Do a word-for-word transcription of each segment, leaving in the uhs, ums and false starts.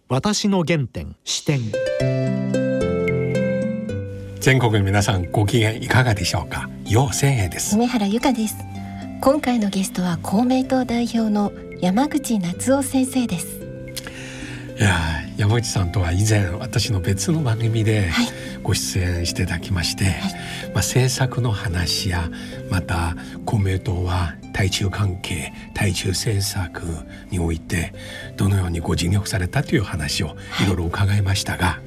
私の原点視点。 全国の皆さん、ご機嫌いかがでしょうか。陽千恵です。 梅原由香です。今回のゲストは公明党代表の山口夏夫先生です。 いや山口さんとは以前私の別の番組でご出演していただきまして、はい、まあ、政策の話やまた公明党は対中関係対中政策においてどのようにご尽力されたという話をいろいろ伺いましたが、はい、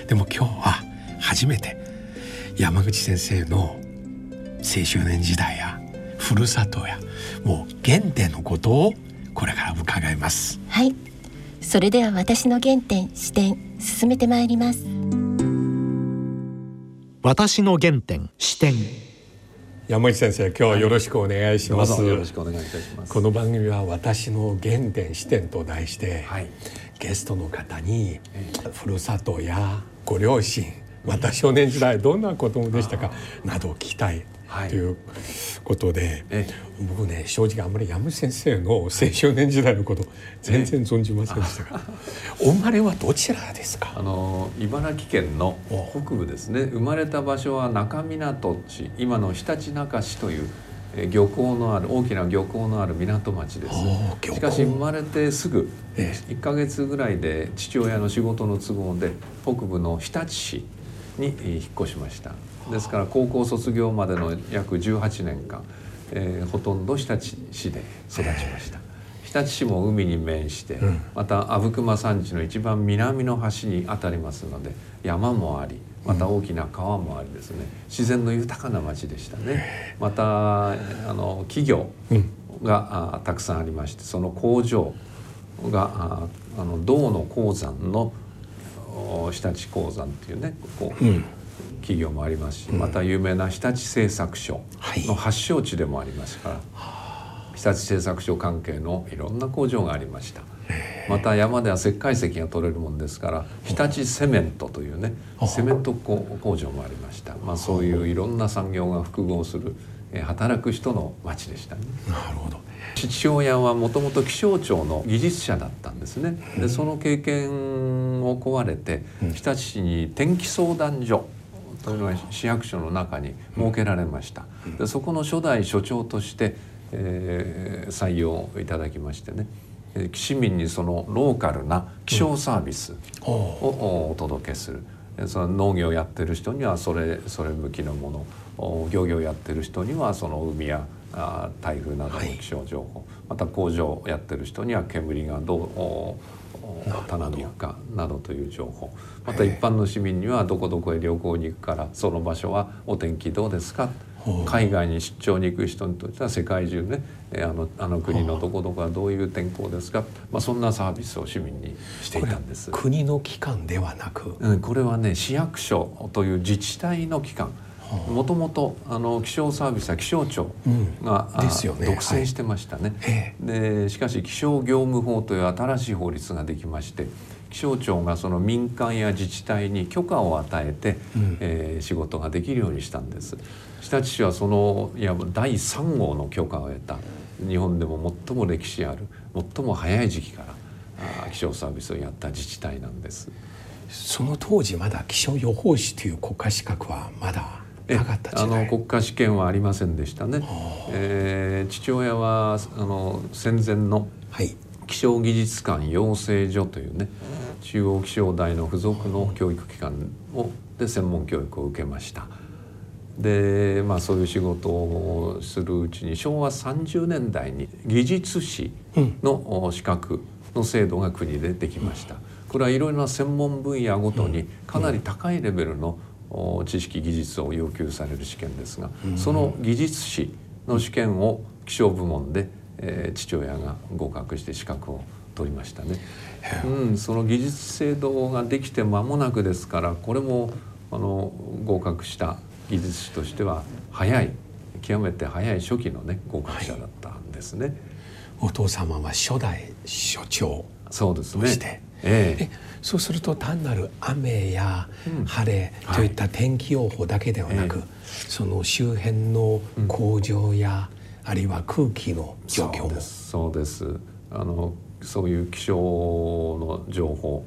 でも今日は初めて山口先生の青少年時代やふるさとやもう原点のことをこれから伺います。 はい、それでは私の原点視点進めてまいります。 私の原点視点。 山口先生、今日はよろしくお願いします。 はい、よろしくお願いいたします。 この番組は私の原点視点と題して、はい、ゲストの方にふるさとやご両親、また少年時代どんな子供でしたかなどを聞きたいということで、はい、僕ね正直あんまり山口先生の青少年時代のこと全然存じませんでしたが、お生まれはどちらですか。 あの茨城県の北部ですね。生まれた場所は那珂湊市、今のひたちなか市という漁港のある大きな漁港のある港町です。しかし生まれてすぐいっかげつぐらいで父親の仕事の都合で北部の日立市に引っ越しました。ですから高校卒業までの約じゅうはちねんかん、えー、ほとんど日立市で育ちました。日立市も海に面して、うん、また阿武隈山地の一番南の端にあたりますので山もあり、また大きな川もありですね、自然の豊かな町でしたね。またあの企業が、うん、たくさんありまして、その工場がああの銅の鉱山の日立鉱山っていうねこう、うん、企業もありますし、また有名な日立製作所の発祥地でもありますから、はい、日立製作所関係のいろんな工場がありました。また山では石灰石が取れるもんですから日立セメントというねセメント工場もありました。まあ、そういういろんな産業が複合する働く人の町でしたね。 なるほど。 父親はもともと気象庁の技術者だったんですね。でその経験を請われて日立市に天気相談所というのが市役所の中に設けられました。でそこの初代所長として、えー、採用いただきましてね、市民にそのローカルな気象サービスをお届けする。その農業をやってる人にはそれそれ向きのもの、漁業をやってる人にはその海やあ台風などの気象情報、はい、また工場をやってる人には煙がどうたなびくかなどという情報、また一般の市民にはどこどこへ旅行に行くからその場所はお天気どうですか、海外に出張に行く人にとっては世界中ねあの、あの国のどこどこはどういう天候ですか、まあ、そんなサービスを市民にしていたんです。 国の機関ではなく、 うん、これはね市役所という自治体の機関、もともとあの気象サービスは気象庁が、うんですよね、独占してましたね。はい、でしかし気象業務法という新しい法律ができまして、気象庁がその民間や自治体に許可を与えて、うんえー、仕事ができるようにしたんです。日立市はそのいわばだいさん号の許可を得た日本でも最も歴史ある最も早い時期からあ気象サービスをやった自治体なんです。 その当時まだ気象予報士という国家資格はまだなかった時代。 あの国家試験はありませんでしたね。えー、父親はあの戦前の気象技術館養成所というね、中央気象台の付属の教育機関をで専門教育を受けました。で、まあ、そういう仕事をするうちにしょうわさんじゅうねんだいに技術士の資格の制度が国でできました。これはいろいろな専門分野ごとにかなり高いレベルの知識技術を要求される試験ですが、その技術士の試験を気象部門で、えー、父親が合格して資格を取りましたね。うん、その技術制度ができて間もなくですから、これもあの合格した技術士としては早い極めて早い初期のね合格者だったんですね。 はい、お父様は初代所長そうですね。 として、ええ、そうすると単なる雨や晴れといった天気予報だけではなく、うんはい、その周辺の工場や、うん、あるいは空気の状況もそうです。そうです。あのそういう気象の情報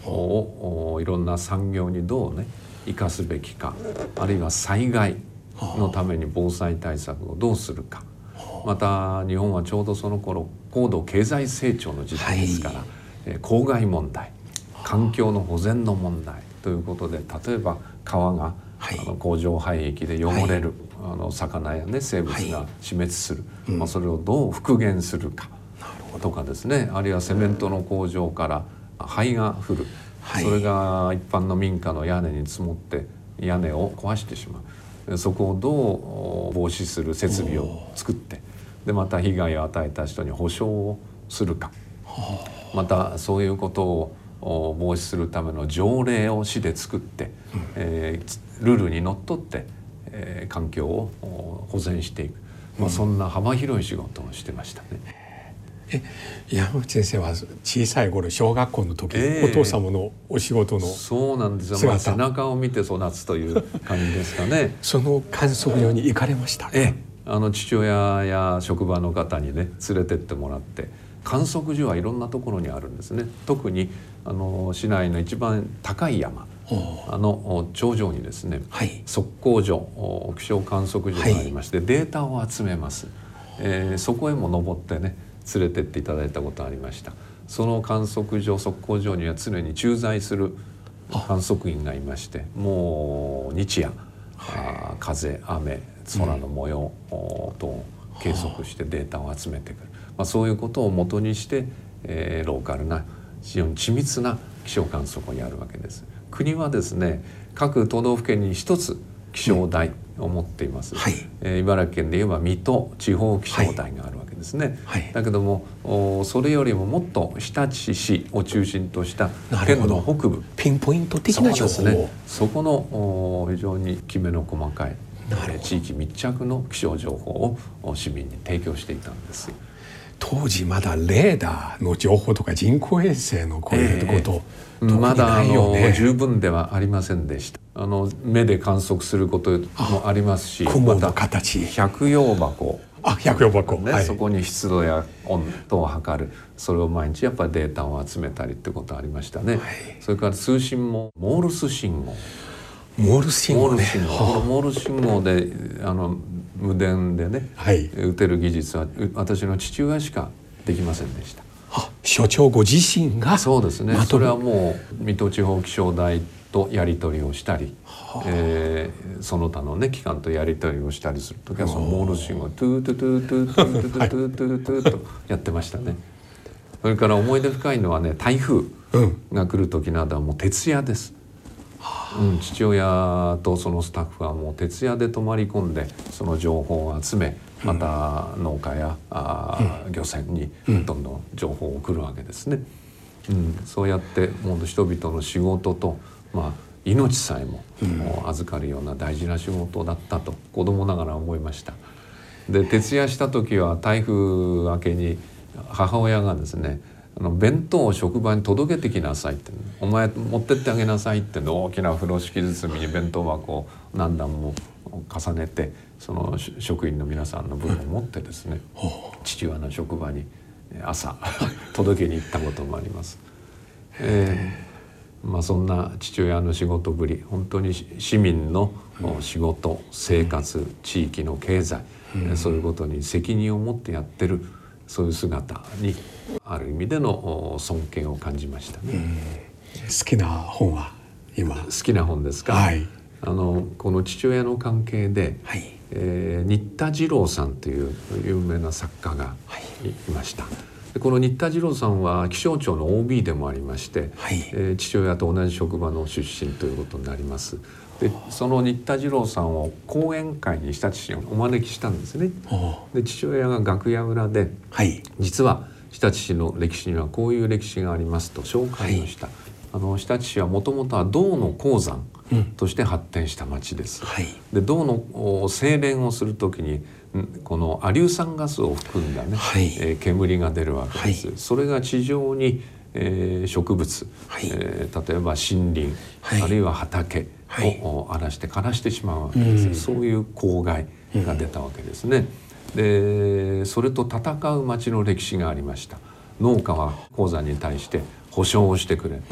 をいろんな産業にどうね生かすべきか、あるいは災害のために防災対策をどうするか、また日本はちょうどその頃高度経済成長の時代ですから、はい、公害問題、環境の保全の問題ということで、例えば川が、はい、あの工場廃液で汚れる、はい、あの魚やね生物が死滅する、はい、まあ、それをどう復元するかとかですね、あるいはセメントの工場から灰が降る、はい、それが一般の民家の屋根に積もって屋根を壊してしまう、そこをどう防止する設備を作って、でまた被害を与えた人に補償をするか、またそういうことを防止するための条例を市で作って、うん、えー、ルールにのっとって、えー、環境を保全していく、まあ、そんな幅広い仕事をしてましたね。 え山口先生は小さい頃小学校の時、えー、お父様のお仕事の姿、 そうなんですよ、まあ、背中を見て育つという感じですかね。 その観測所に行かれました？ えー、あの父親や職場の方にね連れてってもらって、観測所はいろんなところにあるんですね。特にあの市内の一番高い山、あの頂上にですね、はい、測候所、気象観測所がありまして、はい、データを集めます、えー、そこへも登ってね連れてっていただいたことがありました。その観測所、測候所には常に駐在する観測員がいまして、もう日夜、はい、風、雨、空の模様等を計測してデータを集めてくる、まあ、そういうことを元にして、えー、ローカルな非常に緻密な気象観測をやるわけです。国はですね、各都道府県に一つ気象台を持っています、うん、はい、えー、茨城県で言えば水戸地方気象台があるわけですね、はいはい、だけどもそれよりももっと日立市を中心とした県の北部、 ピンポイント的な情報を、 そうですね、そこの非常にきめの細かい地域密着の気象情報を市民に提供していたんです。 当時まだレーダーの情報とか人工衛星のこういうこと、 えー、まだあの十分ではありませんでした。あの目で観測することもありますし、 雲の形、 また百葉箱、 あ、百葉箱、 ね、 はい、 そこに湿度や温度を測る、それを毎日やっぱりデータを集めたりってことありましたね、はい、それから通信もモールス信号、 モールス信号ね、 このモールス信号であの無電でね、はい、打てる技術は私の父親しかできませんでした。 あ、所長ご自身が？ そうですね、それはもう水戸地方気象台とやり取りをしたり、はあ、えー、その他のね機関とやり取りをしたりするときはそのモールス信号をトゥートゥトゥトゥトゥトゥトゥトゥトゥトゥトゥとやってましたね。それから思い出深いのはね、台風が来る時などはもう徹夜です、うん、父親とそのスタッフはもう徹夜で泊まり込んでその情報を集め、また農家や、うん、漁船にどんどん情報を送るわけですね、うん、そうやってもう人々の仕事と、まあ、命さえも、うん、もう預かるような大事な仕事だったと子供ながら思いました。で徹夜した時は台風明けに母親がですね、あの弁当を職場に届けてきなさいって、お前持ってってあげなさいって大きな風呂敷包みに弁当箱を何段も重ねてその職員の皆さんの分を持ってですね、うん、父親の職場に朝届けに行ったこともあります、えーまあ、そんな父親の仕事ぶり、本当に市民の仕事、生活、地域の経済、うん、そういうことに責任を持ってやってる、そういう姿にある意味での尊敬を感じましたね。うん、 好きな本は今？ 好きな本ですか？はい、あのこの父親の関係で、はい、えー、新田次郎さんという有名な作家がいました。でこの新田次郎さんは気象庁の オービー でもありまして、はい、えー、父親と同じ職場の出身ということになります。でその新田次郎さんを講演会に日立市にお招きしたんですね。で父親が楽屋裏で、はい、実は日立市の歴史にはこういう歴史がありますと紹介をした、はい、あの日立市はもともとは銅の鉱山として発展した町です、うん、はい、で銅の精錬をするときにこの亜硫酸ガスを含んだね、はい、えー、煙が出るわけです、はい、それが地上に、えー、植物、はい、えー、例えば森林、はい、あるいは畑を荒らして枯らしてしまうわけです、うん、そういう公害が出たわけですね、うん、でそれと戦う町の歴史がありました。農家は鉱山に対して保証をしてくれ、うん、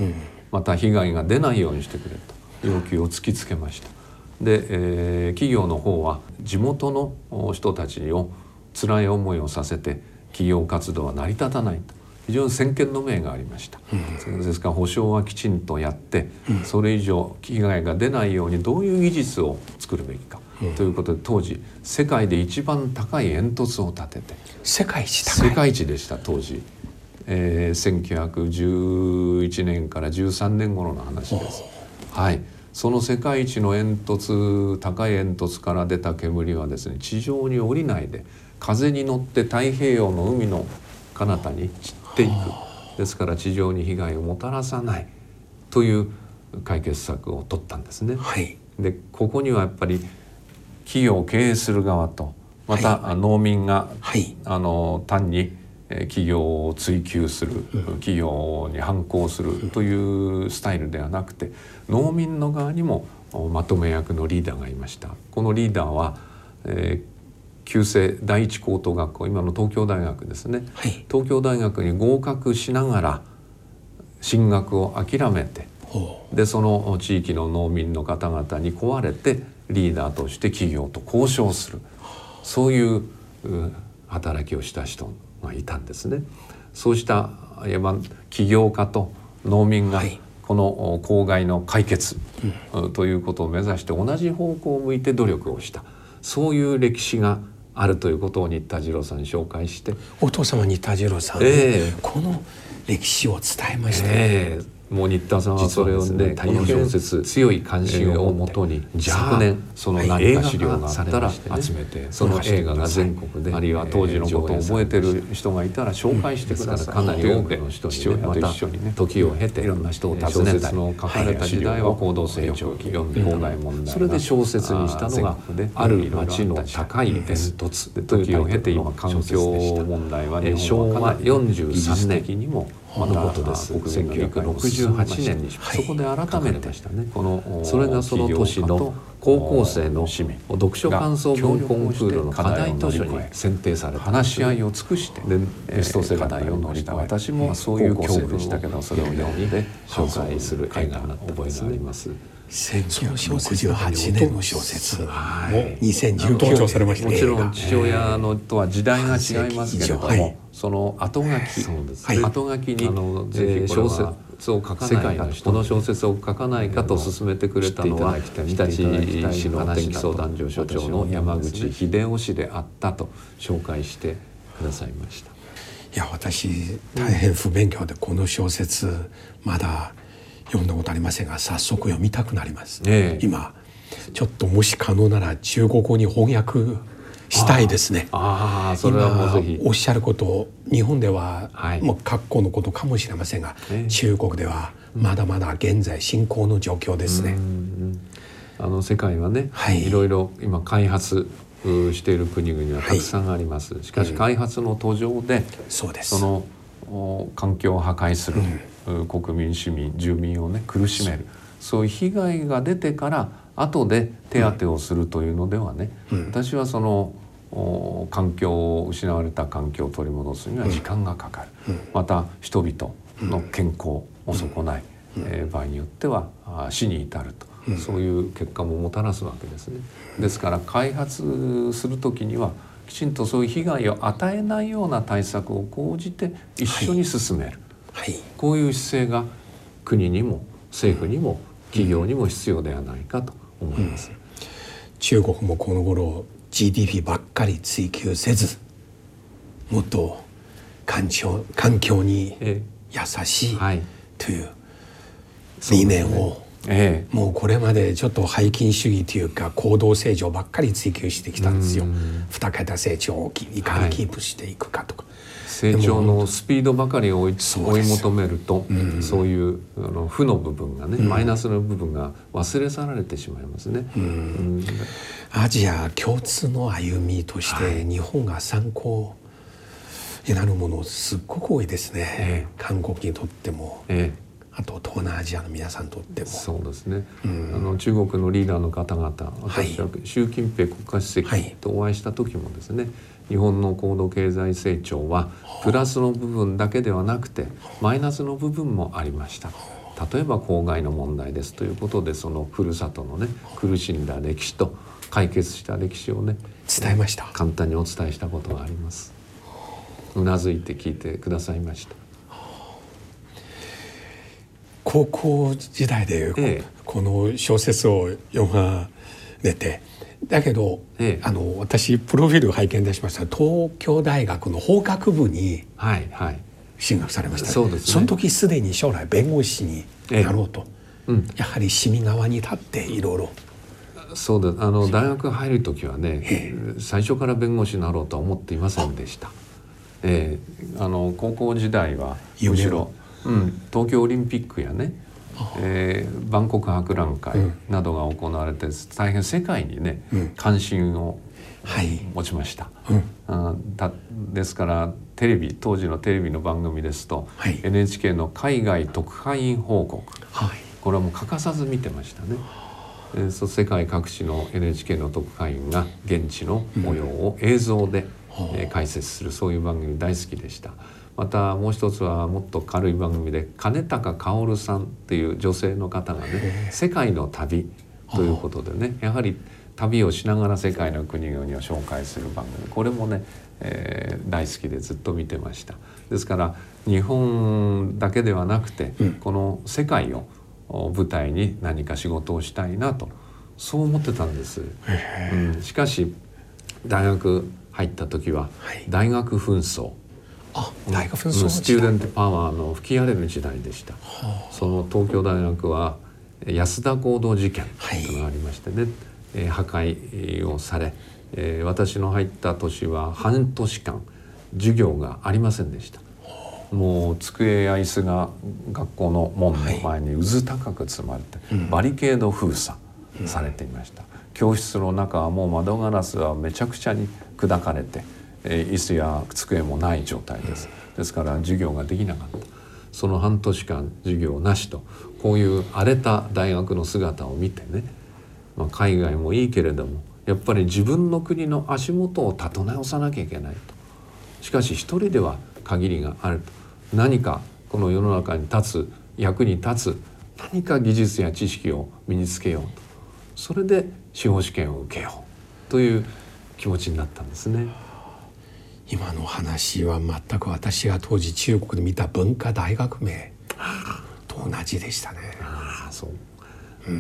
また被害が出ないようにしてくれと要求を突きつけました。で、えー、企業の方は地元の人たちを辛い思いをさせて企業活動は成り立たないと非常に先見の明がありました、うん、ですから保証はきちんとやって、うん、それ以上被害が出ないようにどういう技術を作るべきか、うん、ということで当時世界で一番高い煙突を建てて世界一高い世界一でした当時、えー、せんきゅうひゃくじゅういちねんからじゅうさんねん頃の話です。はい、その世界一の煙突高い煙突から出た煙はですね地上に降りないで風に乗って太平洋の海の彼方に散っていく。ですから地上に被害をもたらさないという解決策を取ったんですね、はい、でここにはやっぱり企業を経営する側とまた、はい、農民が、はい、あの単に企業を追求する、うん、企業に反抗するというスタイルではなくて農民の側にもまとめ役のリーダーがいました。このリーダーは、えー旧制第一高等学校今の東京大学ですね、はい、東京大学に合格しながら進学を諦めてでその地域の農民の方々に請われてリーダーとして企業と交渉するそういう働きをした人がいたんですね。そうした起業家と農民がこの公害の解決ということを目指して同じ方向を向いて努力をしたそういう歴史があるということを新田次郎さんに紹介してお父様新田次郎さん、えー、この歴史を伝えました、 えーもう新田さんはそれをねこの小説強い関心をもとに昨年その何か資料があったら集めてその映画が全国であるいは当時のことを覚えてる人がいたら紹介してください。かなり多くの人にまた時を経ていろんな人を訪ねたりの書かれた時代は行動成長期読んで郊外問題それで小説にしたのがある町の高い煙突で時を経て今環境問題は日本はよんじゅうさんねんにもまたことです。せんきゅうひゃくろくじゅうはちねんにそこで改めてましたね。このそれがその年の高校生の読書感想文コンクールの課題図書に選定された話し合いを尽くしてベストセラーを乗り越え私もそういう教訓でしたけどそれを読んで紹介する映画になった覚えがあります。 せんきゅうひゃくろくじゅうはちねんの小説もにせんじゅうきゅうねんされました。 もちろん父親のとは時代が違いますけれどもその後書き後書きに小説を書かないかこの小説を書かないかと勧めてくれたのは日立市の天気相談所所長の山口秀夫氏であったと紹介してくださいました。 いや私大変不勉強でこの小説まだ読んだことありませんが早速読みたくなります、えー、今ちょっともし可能なら中国語に翻訳したいですね。 ああそれはもうぜひ今おっしゃること日本では、はい、もう格好のことかもしれませんが、えー、中国ではまだまだ現在進行の状況ですね。 うんあの世界はね、はい、いろいろ今開発している国々はたくさんあります、はい、しかし開発の途上で、うん、そうですその環境を破壊する、うん、国民市民住民をね苦しめるそういう被害が出てから後で手当てをするというのではね、うん、私はその環境を失われた環境を取り戻すには時間がかかる、うん、また人々の健康を損ない、うんえー、場合によっては死に至ると、うん、そういう結果ももたらすわけですね。ですから開発するときにはきちんとそういう被害を与えないような対策を講じて一緒に進める、はいはい、こういう姿勢が国にも政府にも企業にも必要ではないかと思います、うん、 中国もこの頃 ジーディーピー ばっかり追求せずもっと環境、環境に優しいという理念を、ええ、もうこれまでちょっと背筋主義というか高度成長ばっかり追求してきたんですよ。二桁成長をいかにキープしていくかとか、はい、 成長のスピードばかりを追い、追い求めると、うん、そういうあの負の部分がね、うん、マイナスの部分が忘れ去られてしまいますね、うんうん、 アジア共通の歩みとして日本が参考になるものすっごく多いですね、ええ、韓国にとっても、ええあと東南アジアの皆さんにとってもそうですね、うん、あの中国のリーダーの方々私は習近平国家主席とお会いした時もですね、はい、日本の高度経済成長はプラスの部分だけではなくてマイナスの部分もありました。 例えば公害の問題ですということで、そのふるさとのね苦しんだ歴史と解決した歴史をね伝えました。 簡単にお伝えしたことがあります。うなずいて聞いてくださいました。 高校時代で、ええ、この小説を読まれて、だけど、ええ、あの私プロフィール拝見いたしました。東京大学の法学部に進学されました、 はいはい、そうですね、 その時すでに将来弁護士になろうと、ええ、うん、やはり市民側に立っていろいろ。 そうです。あの大学入る時はね、ええ、最初から弁護士になろうとは思っていませんでした。ええ、あの高校時代はむしろ、うん、東京オリンピックやね、えー、万国博覧会などが行われて、うん、大変世界にね、うん、関心を、はい、持ちました、うん、あだですからテレビ当時のテレビの番組ですと、はい、エヌエイチケー の海外特派員報告、はい、これはもう欠かさず見てましたね。えー、そ世界各地の エヌエイチケー の特派員が現地の模様を映像で、うん、えー、解説する、そういう番組大好きでした。またもう一つはもっと軽い番組で金高薫さんっていう女性の方がね、世界の旅ということでね、やはり旅をしながら世界の国々を紹介する番組、これもね、えー、大好きでずっと見てました。ですから日本だけではなくて、うん、この世界を舞台に何か仕事をしたいなと、そう思ってたんです、うん、しかし大学入った時は大学紛争、 あ、大学紛争の時代、 スチューデントパワーの吹き荒れる時代でした、はあ、その東京大学は安田講堂事件というのがありましてね、はい、えー、破壊をされ、えー、私の入った年は半年間授業がありませんでした。もう机や椅子が学校の門の前にうず高く積まれて、はい、バリケード封鎖されていました、うん、教室の中はもう窓ガラスはめちゃくちゃに砕かれて、えー、椅子や机もない状態です。ですから授業ができなかった。その半年間授業なしと、こういう荒れた大学の姿を見てね、まあ、海外もいいけれどもやっぱり自分の国の足元を立て直さなきゃいけないと。しかし一人では限りがあると。何かこの世の中に立つ、役に立つ何か技術や知識を身につけようと、それで司法試験を受けようという気持ちになったんですね。 今の話は全く私が当時中国で見た文化大革命と同じでしたね。 ああ、そう。 うん、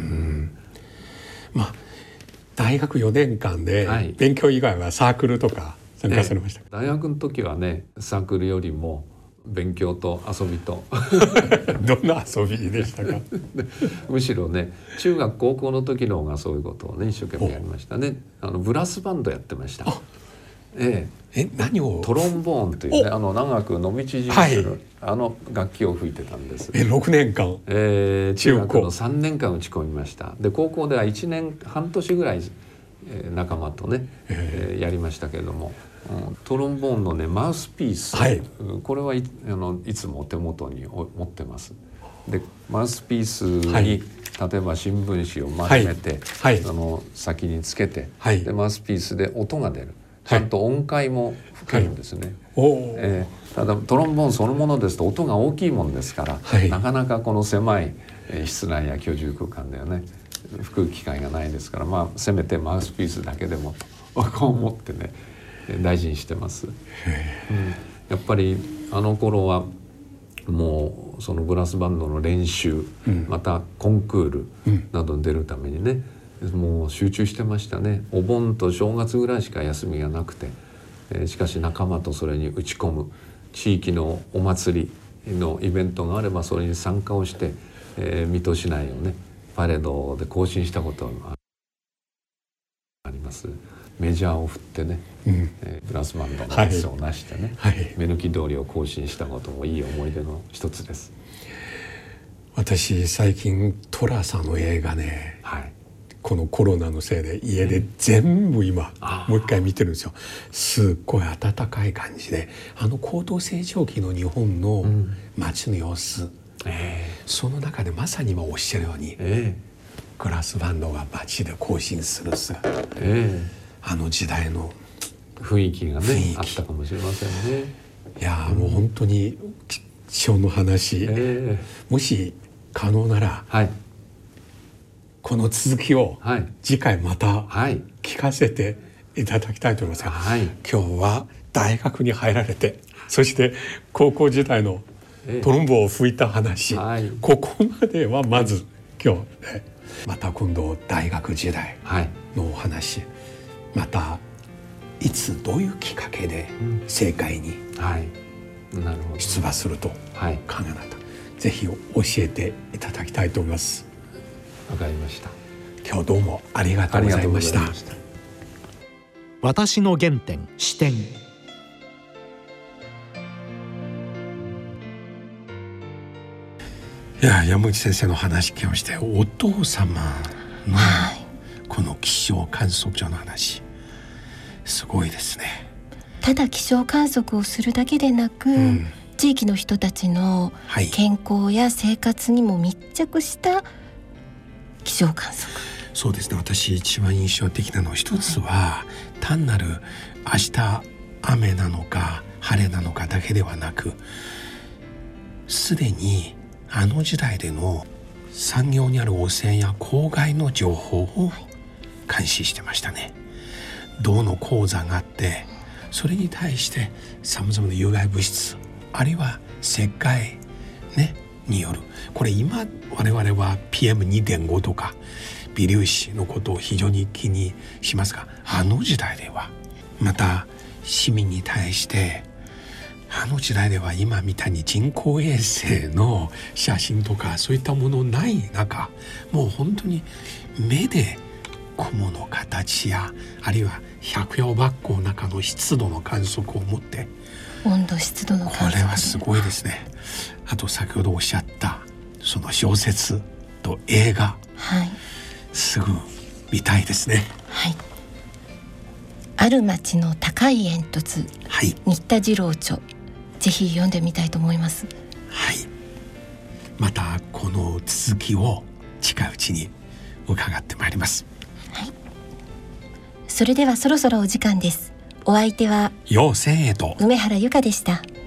まあ大学よねんかんで勉強以外はサークルとか参加されましたか？ はい、大学の時はね、サークルよりも勉強と遊びとどんな遊びでしたか？ むしろね、中学高校の時の方がそういうことをね一生懸命やりましたね。あのブラスバンドやってました。ええ、え何を？ トロンボーンというね、あの長く伸び縮みする、はい、あの楽器を吹いてたんです。 えろくねんかん、 えー、中学のさんねんかん打ち込みました。で高校ではいちねんはん年ぐらい、えー、仲間とね、えー、やりましたけれども、うん、トロンボーンのねマウスピース、はい、これはい、あのいつもお手元に持ってます。でマウスピースに、はい、例えば新聞紙を丸めて、はい、その先につけて、はい、でマウスピースで音が出る。ちゃんと音階も吹けるんですね。はい、えー、ただトロンボーンそのものですと音が大きいものですから、はい、なかなかこの狭い室内や居住空間ではね吹く機会がないですから、まあせめてマウスピースだけでもとこう思ってね大事にしてます。うん、やっぱりあの頃はもうそのブラスバンドの練習、うん、またコンクールなどに出るためにね、もう集中してましたね。お盆と正月ぐらいしか休みがなくて、えー、しかし仲間とそれに打ち込む、地域のお祭りのイベントがあればそれに参加をして、えー、水戸市内をねパレードで行進したことがあります。メジャーを振ってね、うん、えー、ブラスバンドの演奏をなしてね、はいはい、目抜き通りを行進したこともいい思い出の一つです。 私最近寅さんの映画ね、はい、このコロナのせいで家で全部今もう一回見てるんですよ。すっごい温かい感じで、あの高度成長期の日本の街の様子、うんえー、その中でまさに今おっしゃるように、えー、ブラスバンドが街で行進する姿、えー、あの時代の雰囲気がねあったかもしれませんね。 いや、うん、もう本当に貴重な話、えー、もし可能なら、 はい、 この続きをはい、 次回またはい聞かせていただきたいと思いますが、 はい、 今日は大学に入られて、そして高校時代のトロンボを吹いた話、 はい、 ここまではまず今日、ね、また今度大学時代のお話、はい、またいつどういうきっかけで政界に出馬すると考えた、はい、ぜひ教えていただきたいと思います。 わかりました。 今日どうもありがとうございました。 私の原点視点。 いや、山口先生の話聞きまして、お父様のこの気象観測所の話、すごいですね。 ただ気象観測をするだけでなく、うん、地域の人たちの健康や生活にも密着した気象観測、はい、 そうですね。私一番印象的なの一つは、はい、単なる明日雨なのか晴れなのかだけではなく、すでにあの時代での産業にある汚染や公害の情報を監視してましたね。銅の鉱山があって、それに対してさまざまな有害物質、あるいは石灰、ね、による、これ今我々は ピーエムにてんご とか微粒子のことを非常に気にしますが、あの時代ではまた市民に対して、あの時代では今みたいに人工衛星の写真とかそういったものない中、もう本当に目で雲の形や、あるいは百葉箱の中の湿度の観測を持って、 温度湿度の観測、 これはすごいですね。あと先ほどおっしゃったその小説と映画、 はい、 すぐ見たいですね。 はい、ある町の高い煙突、はい、新田次郎著、ぜひ読んでみたいと思います。 はい、またこの続きを近いうちに伺ってまいります。 はい、それではそろそろお時間です。お相手は陽千恵と梅原由香でした。